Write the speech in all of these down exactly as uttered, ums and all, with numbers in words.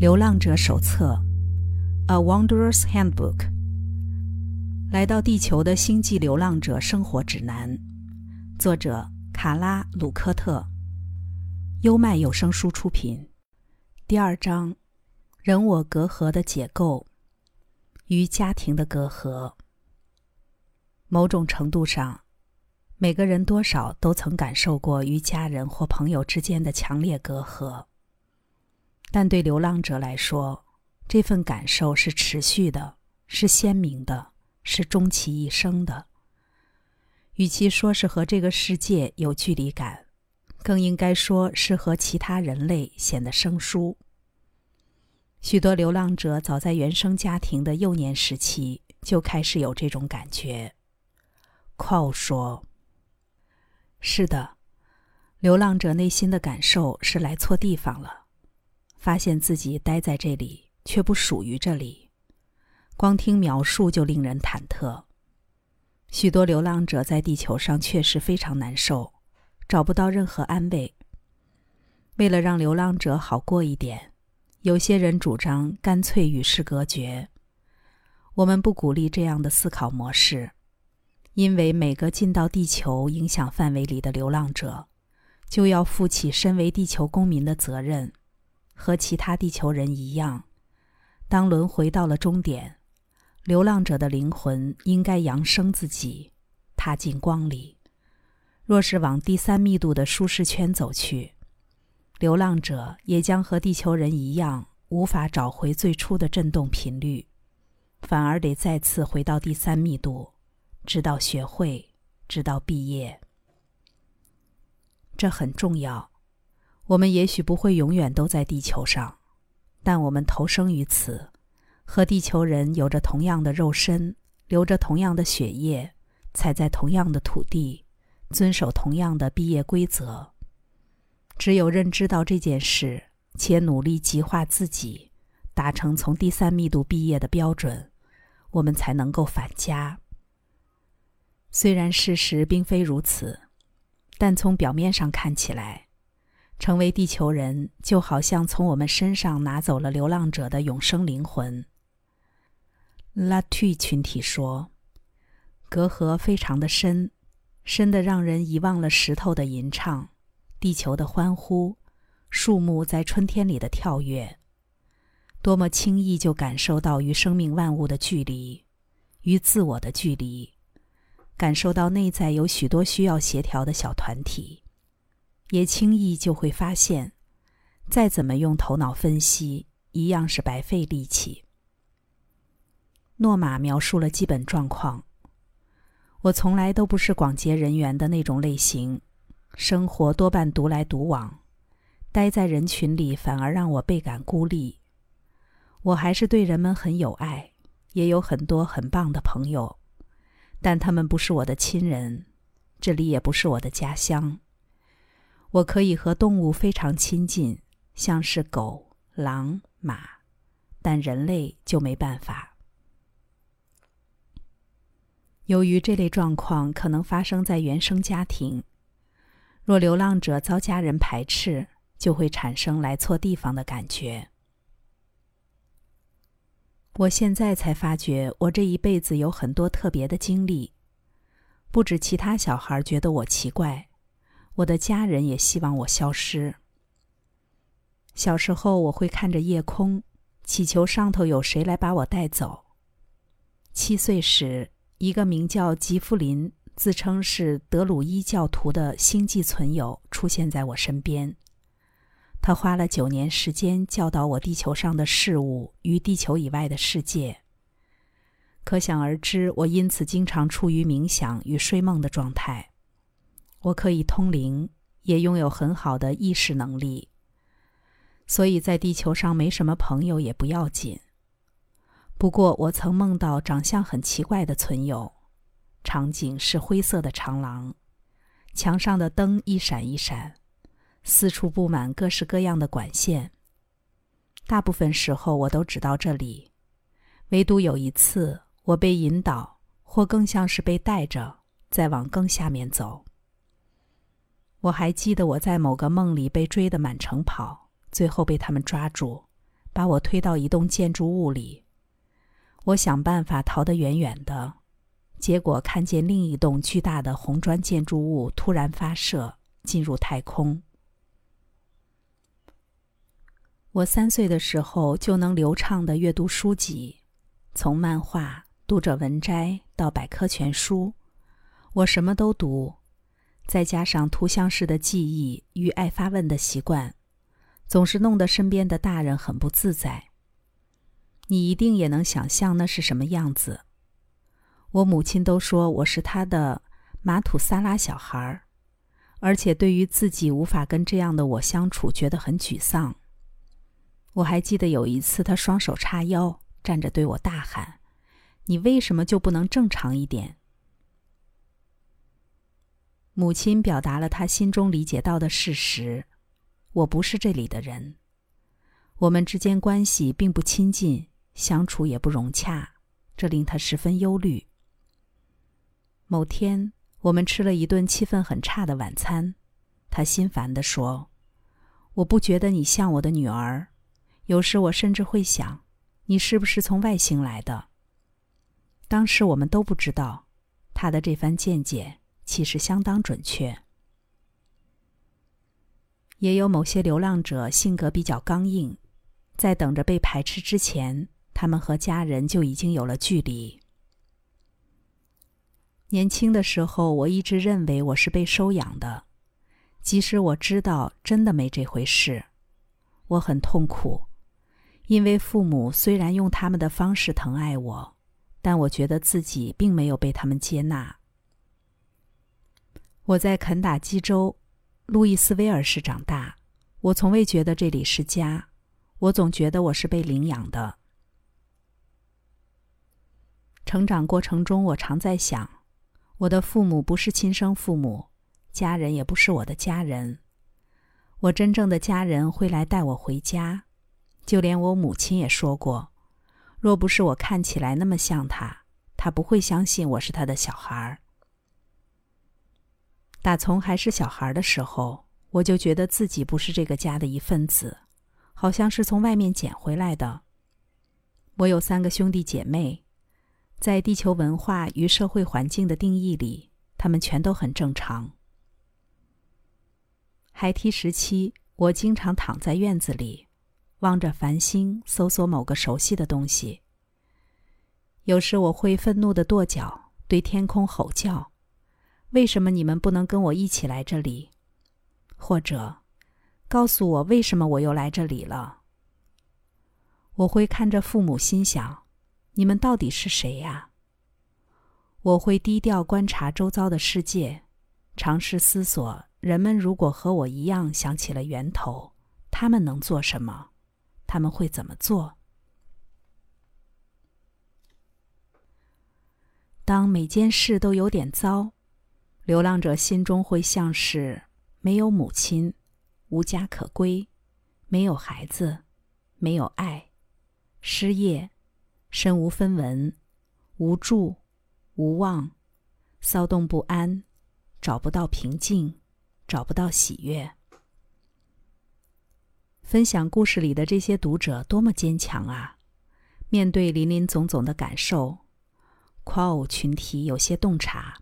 流浪者手册 A Wanderer's Handbook 来到地球的星际流浪者生活指南，作者卡拉·鲁科特，优麦有声书出品。第二章，人我隔阂的解构与家庭的隔阂。某种程度上，每个人多少都曾感受过与家人或朋友之间的强烈隔阂，但对流浪者来说，这份感受是持续的，是鲜明的，是终其一生的。与其说是和这个世界有距离感，更应该说是和其他人类显得生疏。许多流浪者早在原生家庭的幼年时期就开始有这种感觉。寇说，是的，流浪者内心的感受是来错地方了，发现自己待在这里却不属于这里，光听描述就令人忐忑。许多流浪者在地球上确实非常难受，找不到任何安慰。为了让流浪者好过一点，有些人主张干脆与世隔绝。我们不鼓励这样的思考模式，因为每个进到地球影响范围里的流浪者，就要负起身为地球公民的责任。和其他地球人一样，当轮回到了终点，流浪者的灵魂应该扬升自己，踏进光里。若是往第三密度的舒适圈走去，流浪者也将和地球人一样，无法找回最初的振动频率，反而得再次回到第三密度，直到学会，直到毕业。这很重要。我们也许不会永远都在地球上，但我们投生于此，和地球人有着同样的肉身，流着同样的血液，踩在同样的土地，遵守同样的毕业规则。只有认知到这件事，且努力极化自己，达成从第三密度毕业的标准，我们才能够返家。虽然事实并非如此，但从表面上看起来，成为地球人就好像从我们身上拿走了流浪者的永生灵魂。拉tuy群体说，隔阂非常的深，深得让人遗忘了石头的吟唱，地球的欢呼，树木在春天里的跳跃。多么轻易就感受到与生命万物的距离，与自我的距离，感受到内在有许多需要协调的小团体，也轻易就会发现，再怎么用头脑分析，一样是白费力气。诺玛描述了基本状况。我从来都不是广结人缘的那种类型，生活多半独来独往，待在人群里反而让我倍感孤立。我还是对人们很有爱，也有很多很棒的朋友，但他们不是我的亲人，这里也不是我的家乡。我可以和动物非常亲近，像是狗、狼、马，但人类就没办法。由于这类状况可能发生在原生家庭，若流浪者遭家人排斥，就会产生来错地方的感觉。我现在才发觉，我这一辈子有很多特别的经历，不止其他小孩觉得我奇怪，我的家人也希望我消失。小时候我会看着夜空，祈求上头有谁来把我带走。七岁时，一个名叫吉弗林，自称是德鲁伊教徒的星际存有出现在我身边。他花了九年时间教导我地球上的事物与地球以外的世界。可想而知，我因此经常处于冥想与睡梦的状态。我可以通灵，也拥有很好的意识能力，所以在地球上没什么朋友也不要紧。不过我曾梦到长相很奇怪的存有，场景是灰色的长廊，墙上的灯一闪一闪，四处布满各式各样的管线。大部分时候我都只到这里，唯独有一次我被引导，或更像是被带着，再往更下面走。我还记得我在某个梦里被追得满城跑，最后被他们抓住， 把我推到一栋建筑物里。我想办法逃得远远的，结果看见另一栋巨大的红砖建筑物突然发射，进入太空。我三岁的时候就能流畅地阅读书籍，从漫画、读者文摘到百科全书，我什么都读，再加上图像式的记忆与爱发问的习惯，总是弄得身边的大人很不自在。你一定也能想象那是什么样子。我母亲都说我是她的马土萨拉小孩，而且对于自己无法跟这样的我相处觉得很沮丧。我还记得有一次她双手叉腰，站着对我大喊：你为什么就不能正常一点？母亲表达了她心中理解到的事实，我不是这里的人。我们之间关系并不亲近，相处也不融洽，这令她十分忧虑。某天，我们吃了一顿气氛很差的晚餐，她心烦地说：我不觉得你像我的女儿，有时我甚至会想，你是不是从外星来的？当时我们都不知道，她的这番见解其实相当准确。也有某些流浪者性格比较刚硬，在等着被排斥之前，他们和家人就已经有了距离。年轻的时候，我一直认为我是被收养的，即使我知道真的没这回事。我很痛苦，因为父母虽然用他们的方式疼爱我，但我觉得自己并没有被他们接纳。我在肯塔基州路易斯威尔市长大，我从未觉得这里是家，我总觉得我是被领养的。成长过程中，我常在想，我的父母不是亲生父母，家人也不是我的家人。我真正的家人会来带我回家，就连我母亲也说过，若不是我看起来那么像她，她不会相信我是她的小孩。打从还是小孩的时候，我就觉得自己不是这个家的一份子，好像是从外面捡回来的。我有三个兄弟姐妹，在地球文化与社会环境的定义里，他们全都很正常。孩提时期，我经常躺在院子里，望着繁星，搜索某个熟悉的东西。有时我会愤怒地跺脚，对天空吼叫：为什么你们不能跟我一起来这里？或者，告诉我为什么我又来这里了？我会看着父母心想，你们到底是谁呀？我会低调观察周遭的世界，尝试思索，人们如果和我一样想起了源头，他们能做什么？他们会怎么做？当每件事都有点糟，流浪者心中会像是没有母亲，无家可归，没有孩子，没有爱，失业，身无分文，无助，无望，骚动不安，找不到平静，找不到喜悦。分享故事里的这些读者多么坚强啊！面对林林总总的感受，夸偶群体有些洞察。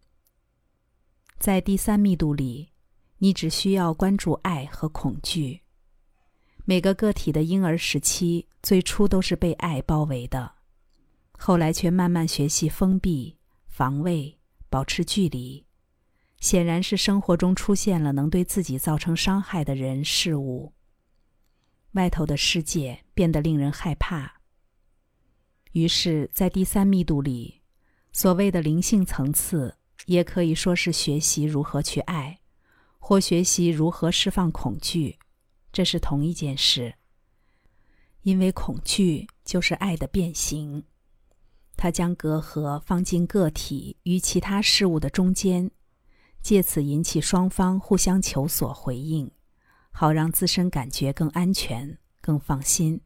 在第三密度里，你只需要关注爱和恐惧。每个个体的婴儿时期最初都是被爱包围的，后来却慢慢学习封闭、防卫、保持距离。显然是生活中出现了能对自己造成伤害的人事物，外头的世界变得令人害怕。于是在第三密度里，所谓的灵性层次也可以说是学习如何去爱，或学习如何释放恐惧，这是同一件事。因为恐惧就是爱的变形，它将隔阂放进个体与其他事物的中间，借此引起双方互相求索回应，好让自身感觉更安全、更放心。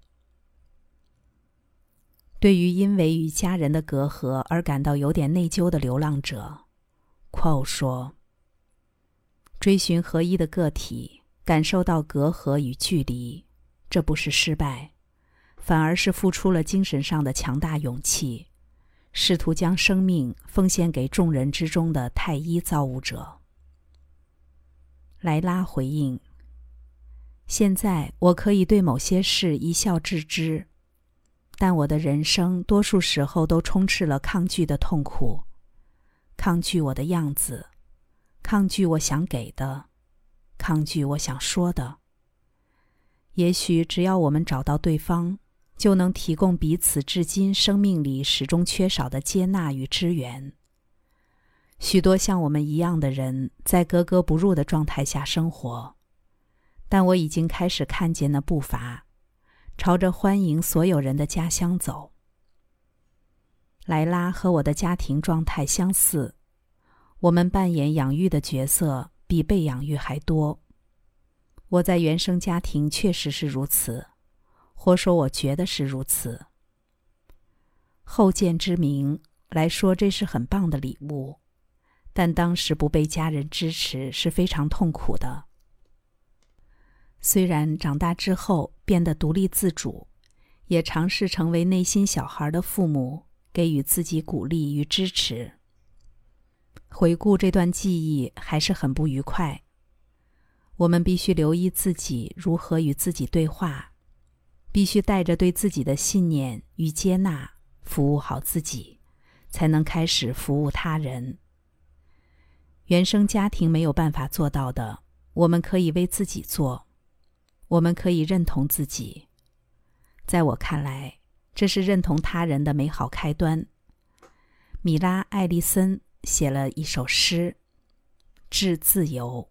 对于因为与家人的隔阂而感到有点内疚的流浪者，Quo说，追寻合一的个体感受到隔阂与距离，这不是失败， 反而是付出了精神上的强大勇气，试图将生命奉献给众人之中的太一造物者。莱拉回应：现在我可以对某些事一笑置之，但我的人生多数时候都充斥了抗拒的痛苦，抗拒我的样子，抗拒我想给的，抗拒我想说的。也许只要我们找到对方，就能提供彼此至今生命里始终缺少的接纳与支援。许多像我们一样的人在格格不入的状态下生活，但我已经开始看见那步伐，朝着欢迎所有人的家乡走。莱拉和我的家庭状态相似，我们扮演养育的角色比被养育还多。我在原生家庭确实是如此，或说我觉得是如此。后见之明来说，这是很棒的礼物，但当时不被家人支持是非常痛苦的。虽然长大之后变得独立自主，也尝试成为内心小孩的父母，给予自己鼓励与支持。回顾这段记忆还是很不愉快。我们必须留意自己如何与自己对话，必须带着对自己的信念与接纳，服务好自己，才能开始服务他人。原生家庭没有办法做到的，我们可以为自己做。我们可以认同自己。在我看来，这是认同他人的美好开端。米拉·艾利森写了一首诗《致自由》。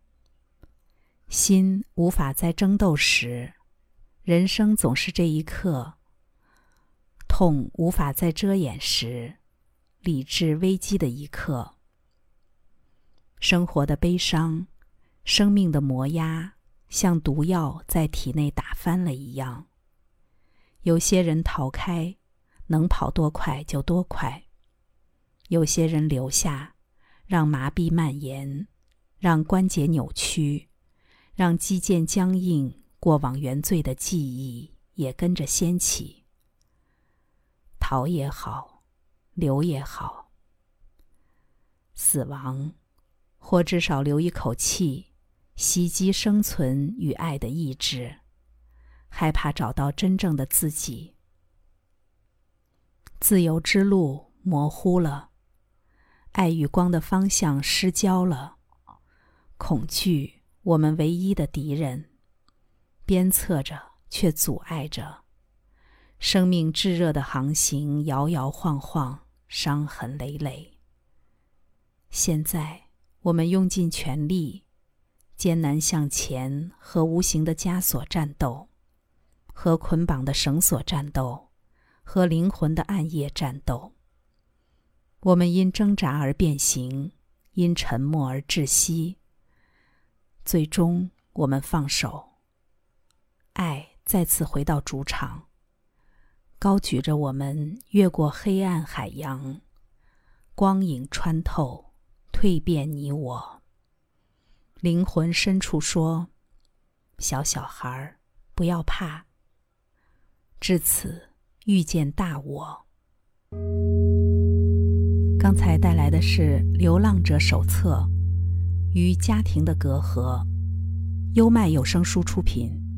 心无法再争斗时，人生总是这一刻；痛无法再遮掩时，理智危机的一刻。生活的悲伤，生命的磨压，像毒药在体内打翻了一样。有些人逃开，能跑多快就多快；有些人留下，让麻痹蔓延，让关节扭曲，让肌腱僵硬，过往原罪的记忆也跟着掀起。逃也好，留也好，死亡，或至少留一口气，袭击生存与爱的意志，害怕找到真正的自己。自由之路模糊了，爱与光的方向失焦了，恐惧我们唯一的敌人，鞭策着却阻碍着，生命炙热的航行摇摇晃晃，伤痕累累。现在我们用尽全力，艰难向前，和无形的枷锁战斗，和捆绑的绳索战斗，和灵魂的暗夜战斗。我们因挣扎而变形，因沉默而窒息。最终我们放手，爱再次回到主场，高举着我们越过黑暗海洋，光影穿透，蜕变你我。灵魂深处说：小小孩，不要怕。至此遇见大我。刚才带来的是《流浪者手册》与家庭的隔阂，优麦有声书出品。